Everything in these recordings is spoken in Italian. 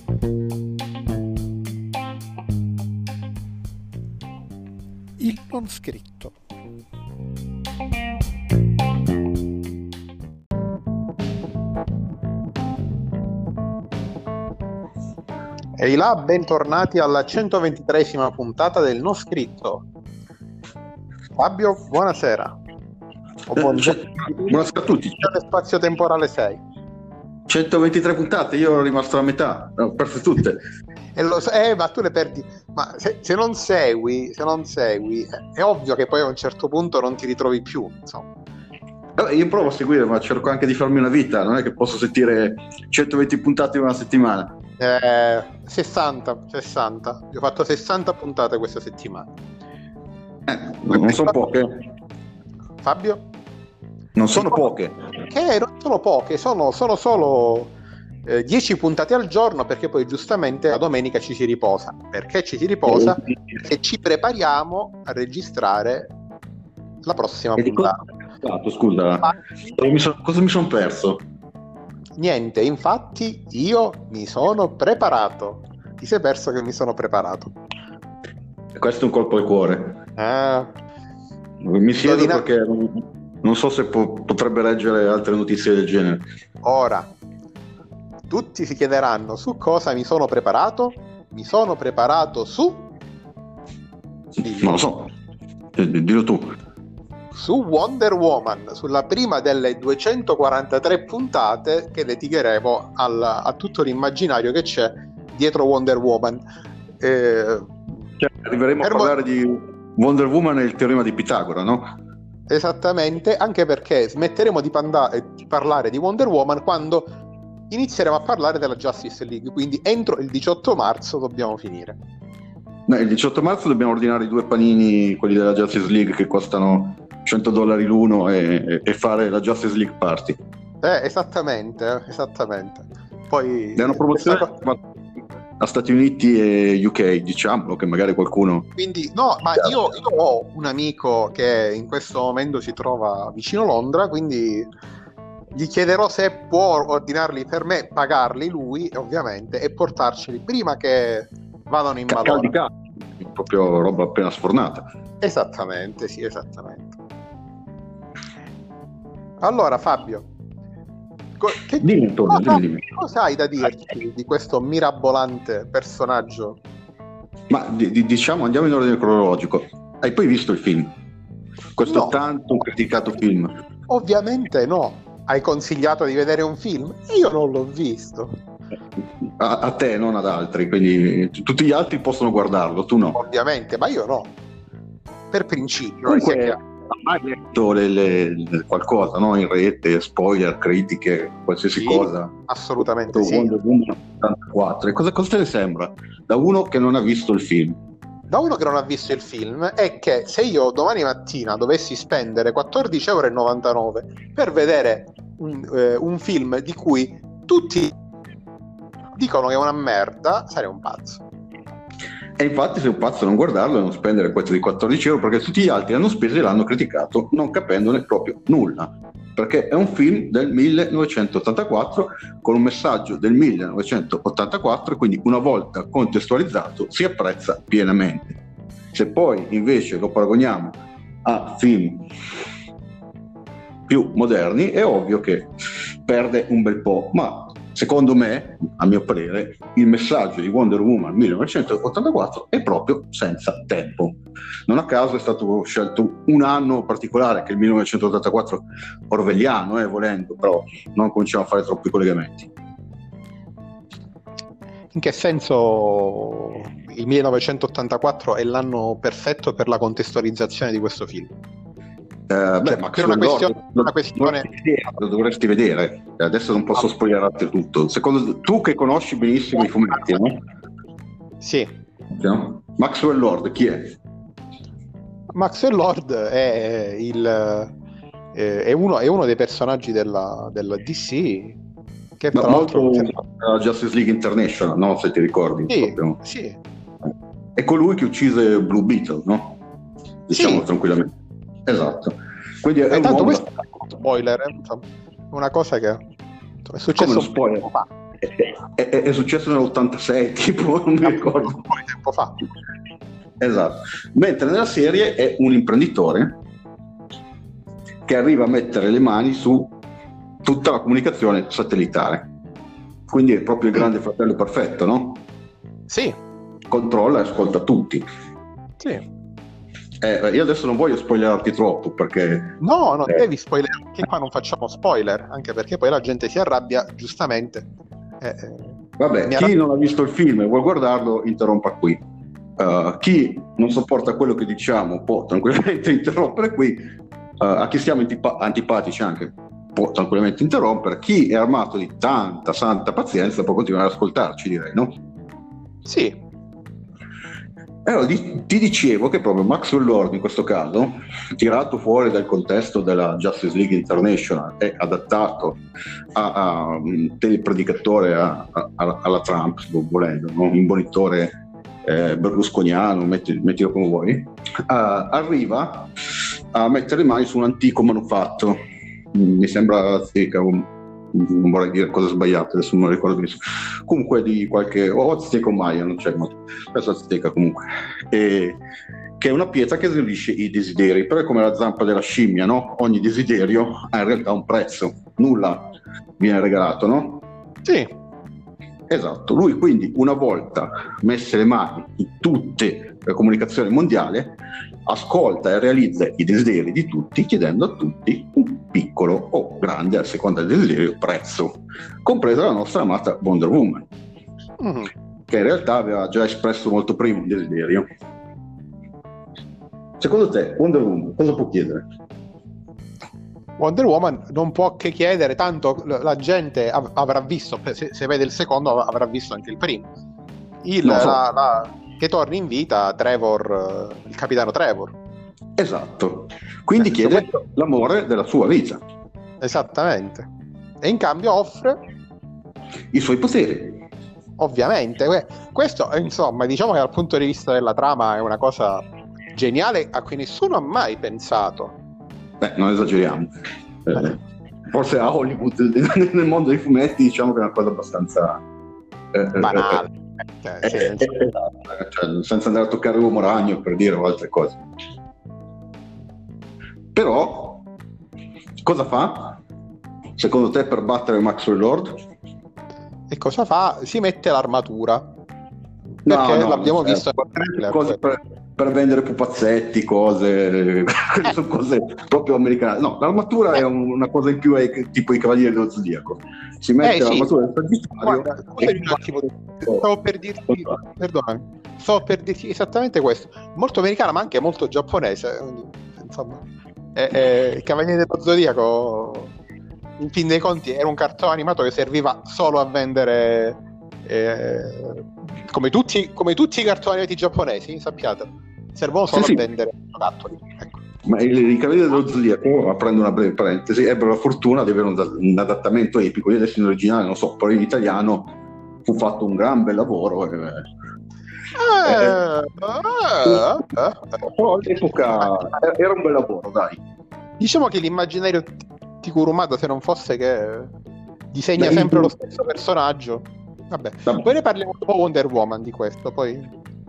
Il non scritto. Ehi là, bentornati alla 123esima puntata del Non Scritto. Fabio, buonasera. Buonasera a tutti. Che spazio temporale sei? 123 puntate, io ero rimasto alla metà, ho perso tutte. Ma tu le perdi. Ma se non segui, è ovvio che poi a un certo punto non ti ritrovi più, insomma. Vabbè, io provo a seguire, ma cerco anche di farmi una vita, non è che posso sentire 120 puntate in una settimana. 60. Io ho fatto 60 puntate questa settimana. Non sono poche. Fabio? Non sono poche. Che non sono poche, sono solo 10 puntate al giorno, perché poi giustamente la domenica ci si riposa. Perché ci si riposa? Perché ci prepariamo a registrare la prossima puntata. Scusa, cosa mi sono perso? Niente, infatti io mi sono preparato. Ti sei perso che mi sono preparato. Questo è un colpo al cuore. Mi siedo perché non so se potrebbe leggere altre notizie del genere. Ora, tutti si chiederanno su cosa mi sono preparato. Mi sono preparato su... Non lo so, dillo tu. Su Wonder Woman, sulla prima delle 243 puntate che dedicheremo a tutto l'immaginario che c'è dietro Wonder Woman. Arriveremo a parlare di Wonder Woman e il teorema di Pitagora, no? Esattamente, anche perché smetteremo di parlare di Wonder Woman quando inizieremo a parlare della Justice League, quindi entro il 18 marzo dobbiamo finire. No, il 18 marzo dobbiamo ordinare i 2 panini, quelli della Justice League, che costano $100 l'uno, e fare la Justice League Party. Esattamente. Poi è una promozione a Stati Uniti e UK, diciamolo, che magari qualcuno... Quindi no, ma io ho un amico che in questo momento si trova vicino Londra, quindi gli chiederò se può ordinarli per me, pagarli lui ovviamente, e portarceli prima che vadano in malora. Proprio roba appena sfornata. Esattamente. Allora Fabio, dimmi. cosa hai da dirci di questo mirabolante personaggio? Ma diciamo, andiamo in ordine cronologico. Hai poi visto il film? Questo tanto criticato film? Ovviamente no. Hai consigliato di vedere un film e io non l'ho visto. A te, non ad altri, quindi tutti gli altri possono guardarlo, tu no. Ovviamente, ma io no. Per principio. Comunque, hai letto qualcosa, no? In rete, spoiler, critiche, qualsiasi cosa? Assolutamente sì. Wonder Woman 84. Cosa te ne sembra? Da uno che non ha visto il film. Da uno che non ha visto il film è che se io domani mattina dovessi spendere €14,99 per vedere un film di cui tutti dicono che è una merda, sarei un pazzo. E infatti sei un pazzo a non guardarlo e non spendere questo di €14, perché tutti gli altri l'hanno speso e l'hanno criticato non capendone proprio nulla, perché è un film del 1984 con un messaggio del 1984, quindi una volta contestualizzato si apprezza pienamente. Se poi invece lo paragoniamo a film più moderni è ovvio che perde un bel po', ma secondo me, a mio parere, il messaggio di Wonder Woman 1984 è proprio senza tempo. Non a caso è stato scelto un anno particolare, che è il 1984 orwelliano, volendo, però non cominciamo a fare troppi collegamenti. In che senso il 1984 è l'anno perfetto per la contestualizzazione di questo film? Max una questione... Lo dovresti vedere. Adesso non posso spoilerarti tutto. Secondo tu, che conosci benissimo i fumetti, no? Sì. No? Maxwell Lord chi è? Maxwell Lord è uno dei personaggi della DC, che tra l'altro Justice League International, no? Se ti ricordi. Sì. È colui che uccise Blue Beetle, no? Diciamo tranquillamente. Esatto. Quindi questo è un spoiler, una cosa che è successo spoiler. È successo nell'86, tipo, non mi ricordo. Un po' di tempo fa. Esatto. Mentre nella serie è un imprenditore che arriva a mettere le mani su tutta la comunicazione satellitare. Quindi è proprio il grande fratello perfetto, no? Sì. Controlla e ascolta tutti. Sì. Io adesso non voglio spoilerarti troppo perché... No, non devi spoiler, che qua non facciamo spoiler, anche perché poi la gente si arrabbia, giustamente. Vabbè, chi non ha visto il film e vuole guardarlo, interrompa qui. Chi non sopporta quello che diciamo può tranquillamente interrompere qui. A chi siamo antipatici anche può tranquillamente interrompere. Chi è armato di tanta santa pazienza può continuare ad ascoltarci, direi, no? Sì. Allora, ti dicevo che proprio Maxwell Lord in questo caso, tirato fuori dal contesto della Justice League International e adattato a un telepredicatore alla Trump, volendo, no? Imbonitore berlusconiano, mettilo come vuoi, arriva a mettere le mani su un antico manufatto, mi sembra Azteca, non vorrei dire cose sbagliate, adesso non ricordo benissimo, comunque di qualche Azteca o Maya, non c'è molto, penso Azteca comunque, che è una pietra che esaurisce i desideri, però è come la zampa della scimmia, no? Ogni desiderio ha in realtà un prezzo, nulla viene regalato, no? Sì. Esatto, lui quindi una volta messe le mani in tutte le comunicazioni mondiali ascolta e realizza i desideri di tutti, chiedendo a tutti un piccolo o grande, a seconda del desiderio, prezzo, compresa la nostra amata Wonder Woman, che in realtà aveva già espresso molto prima un desiderio. Secondo te Wonder Woman cosa può chiedere? Wonder Woman non può che chiedere, tanto la gente avrà visto, se vede il secondo avrà visto anche il primo, che torni in vita Trevor, il capitano Trevor. Esatto, quindi chiede l'amore della sua vita. Esattamente. E in cambio offre i suoi poteri. Ovviamente, questo insomma, diciamo che dal punto di vista della trama è una cosa geniale a cui nessuno ha mai pensato. Beh, non esageriamo. Forse a Hollywood, nel mondo dei fumetti, diciamo che è una cosa abbastanza banale. Cioè, senza andare a toccare l'uomo ragno, per dire, o altre cose. Però, cosa fa? Secondo te, per battere Maxwell Lord? E cosa fa? Si mette l'armatura. Perché l'abbiamo visto per vendere pupazzetti, cose, quelle sono cose proprio americane. No, l'armatura è una cosa in più, tipo i Cavalieri dello Zodiaco. Si mette l'armatura del Sagittario. Guarda, stavo per dirti, perdonami, stavo per dirti esattamente questo. Molto americana, ma anche molto giapponese. Quindi, insomma, i Cavalieri dello Zodiaco, in fin dei conti, era un cartone animato che serviva solo a vendere. Come tutti i cartoni animati giapponesi, sappiate, servono solo a vendere giocattoli, ecco. Ma i Cavalieri dello Zodiaco, aprendo una breve parentesi, ebbero la fortuna di avere un adattamento epico. Io adesso in originale non so, però in italiano fu fatto un gran bel lavoro. Però all'epoca era un bel lavoro, dai. Diciamo che l'immaginario di Kurumada, se non fosse che disegna sempre lo stesso personaggio. Vabbè. Poi ne parliamo dopo Wonder Woman di questo, poi.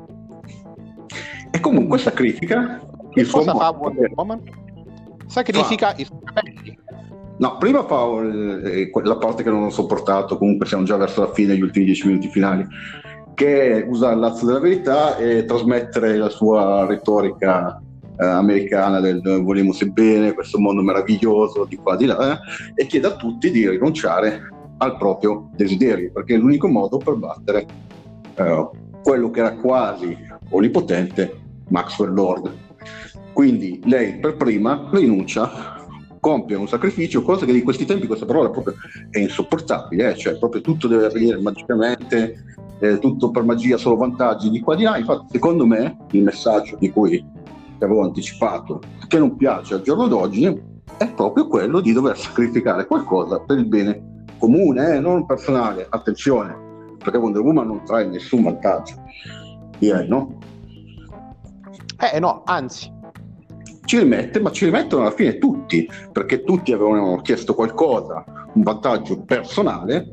E comunque sacrifica il suo cosa fa Wonder Woman? Sacrifica i suoi capelli. No, prima fa la parte che non ho sopportato, comunque siamo già verso la fine, gli ultimi 10 minuti finali, che è usare il lazzo della verità e trasmettere la sua retorica americana del vogliamo bene, questo mondo meraviglioso, di qua di là, e chiede a tutti di rinunciare al proprio desiderio, perché è l'unico modo per battere quello che era quasi onnipotente Maxwell Lord. Quindi lei per prima rinuncia, compie un sacrificio, cosa che in questi tempi questa parola proprio è insopportabile, cioè proprio tutto deve avvenire magicamente, tutto per magia, solo vantaggi di qua di là. Infatti secondo me il messaggio di cui ti avevo anticipato, che non piace al giorno d'oggi, è proprio quello di dover sacrificare qualcosa per il bene comune, non personale. Attenzione, perché Wonder Woman non trae nessun vantaggio, direi, no? No, anzi ci rimettono alla fine tutti, perché tutti avevano chiesto qualcosa, un vantaggio personale,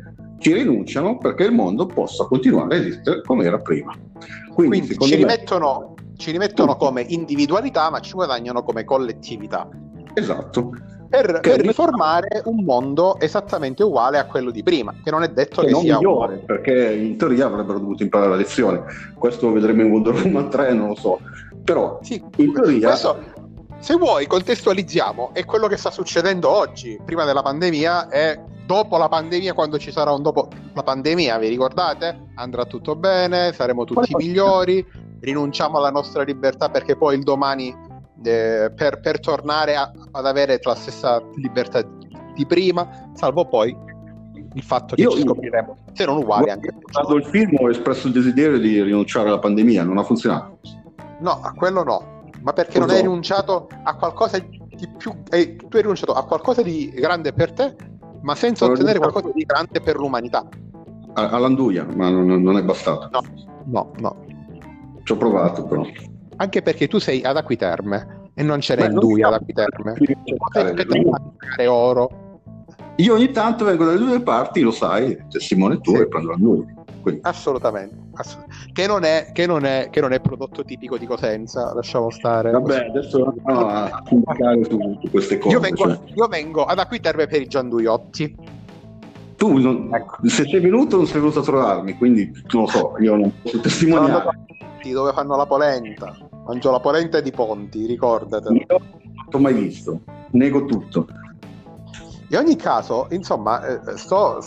ci rinunciano perché il mondo possa continuare a esistere come era prima. Quindi ci rimettono come individualità, ma ci guadagnano come collettività. Esatto. Per riformare un mondo esattamente uguale a quello di prima, che non è detto che non sia migliore, perché in teoria avrebbero dovuto imparare la lezione. Questo lo vedremo in Wonder Woman 3, non lo so. Però sì, in teoria... questo, se vuoi, contestualizziamo, è quello che sta succedendo oggi, prima della pandemia e dopo la pandemia, quando ci sarà un dopo la pandemia, vi ricordate? Andrà tutto bene, saremo tutti migliori, rinunciamo alla nostra libertà perché poi il domani per tornare ad avere la stessa libertà di prima, salvo poi il fatto che ci scopriremo se non uguali anche quando il film ho espresso il desiderio di rinunciare alla pandemia, non ha funzionato. No, a quello no, ma perché non hai rinunciato a qualcosa di più, tu hai rinunciato a qualcosa di grande per te, ma senza ottenere qualcosa di grande per l'umanità. All'anduia, ma non è bastato. No. Ci ho provato, però. Anche perché tu sei ad Acquiterme e non c'è Anduia ad Acquiterme. Pagare oro. Io ogni tanto vengo dalle due parti, lo sai, testimone tu, e prendo l'Anduia. Assolutamente. Che non è prodotto tipico di Cosenza, lasciamo stare. Vabbè, adesso andiamo a comunicare su queste cose. Io vengo ad Acquiterme per i gianduiotti. Tu se sei venuto non sei venuto a trovarmi, quindi non lo so, io non posso testimoniare. Dove fanno la polenta, mangio la polenta di Ponti, ricordatelo. Io non l'ho mai visto, nego tutto. In ogni caso, insomma, sto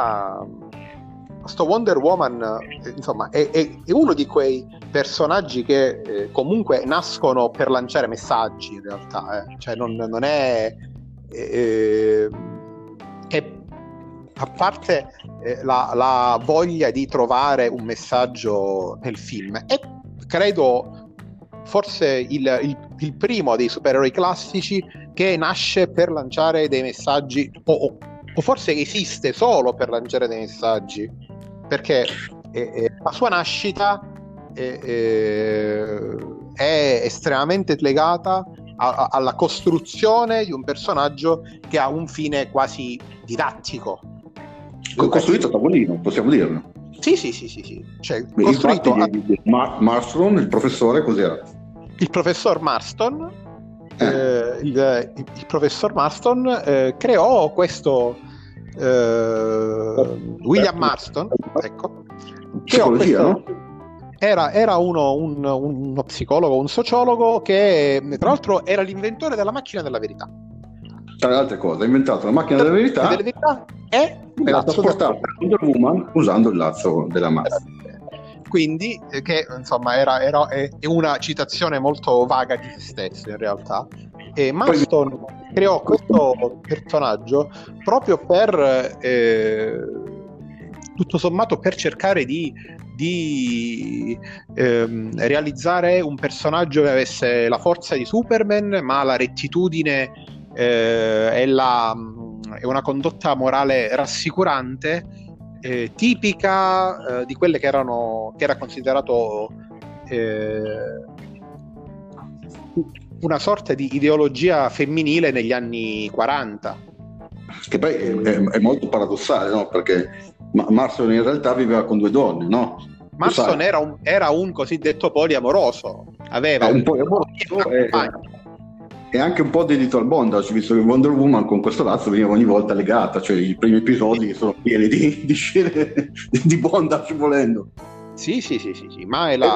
Wonder Woman, insomma, è uno di quei personaggi che comunque nascono per lanciare messaggi, in realtà, cioè non è che, a parte la voglia di trovare un messaggio nel film, è credo forse il primo dei supereroi classici che nasce per lanciare dei messaggi o forse esiste solo per lanciare dei messaggi, perché la sua nascita è estremamente legata alla costruzione di un personaggio che ha un fine quasi didattico. Costruito a tavolino, possiamo dirlo. Sì. Cioè, costruito Marston, il professore, cos'era? Il professor Marston. Il professor Marston creò questo William Marston, ecco. Psicologia, no? Era uno psicologo, un sociologo che tra l'altro era l'inventore della macchina della verità. Tra le altre cose, ha inventato la macchina della verità e l'ha trasportata Wonder Woman usando il lazzo della mazza. Quindi, che insomma è una citazione molto vaga di se stesso in realtà. E Marston creò questo personaggio proprio per tutto sommato per cercare di realizzare un personaggio che avesse la forza di Superman, ma la rettitudine e una condotta morale rassicurante, tipica di quelle che era considerato una sorta di ideologia femminile negli anni 40. Che poi è molto paradossale, no? Perché Marston in realtà viveva con due donne, no? Marston era un cosiddetto poliamoroso, aveva un poliamoroso e anche un po' dedito al bondage, visto che Wonder Woman con questo lazzo veniva ogni volta legata, cioè i primi episodi sono pieni di scene di bondage volendo. Sì, ma è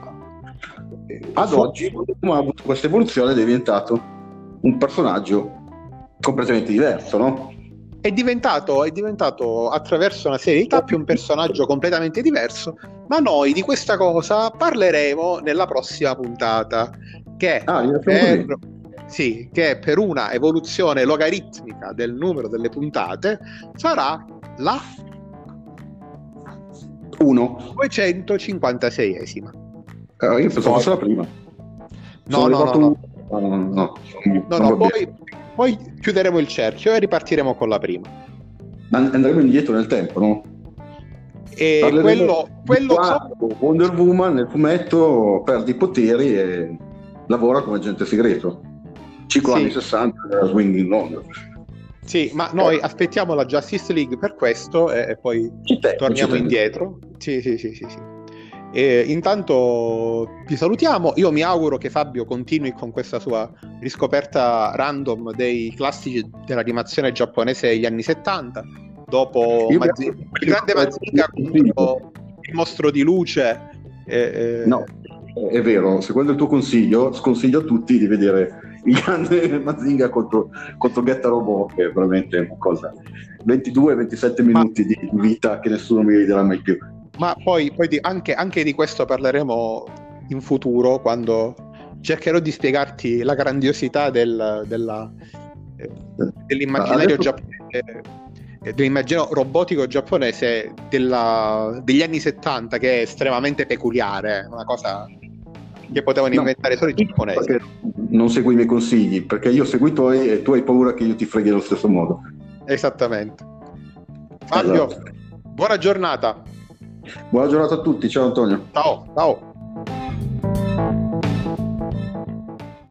ad oggi Wonder Woman ha avuto questa evoluzione ed è diventato un personaggio completamente diverso, no? È diventato attraverso una serie di tappi un personaggio completamente diverso, ma noi di questa cosa parleremo nella prossima puntata, che per una evoluzione logaritmica del numero delle puntate sarà la 256esima. Io pensavo fosse la prima. No, poi chiuderemo il cerchio e ripartiremo con la prima. Andremo indietro nel tempo, no? E quello Wonder Woman nel fumetto perde i poteri e lavora come agente segreto. Ciclo anni 60 della Swinging London. Sì, ma noi aspettiamo la Justice League per questo e poi torniamo indietro. Sì. E intanto vi salutiamo. Io mi auguro che Fabio continui con questa sua riscoperta random dei classici dell'animazione giapponese degli anni 70. Dopo il grande Mazinga contro il mostro di luce. No, è vero, secondo il tuo consiglio, sconsiglio a tutti di vedere il grande Mazinga contro Getta Robot, che è veramente una cosa 22-27 minuti di vita che nessuno mi riderà mai più. Ma poi anche di questo parleremo in futuro, quando cercherò di spiegarti la grandiosità dell'immaginario giapponese, dell'immaginario robotico giapponese degli anni 70, che è estremamente peculiare, una cosa che potevano inventare solo i giapponesi. Non segui i miei consigli, perché io seguo i tuoi e tu hai paura che io ti freghi allo stesso modo. Esattamente. Fabio, buona giornata. Buona giornata a tutti, ciao Antonio. Ciao.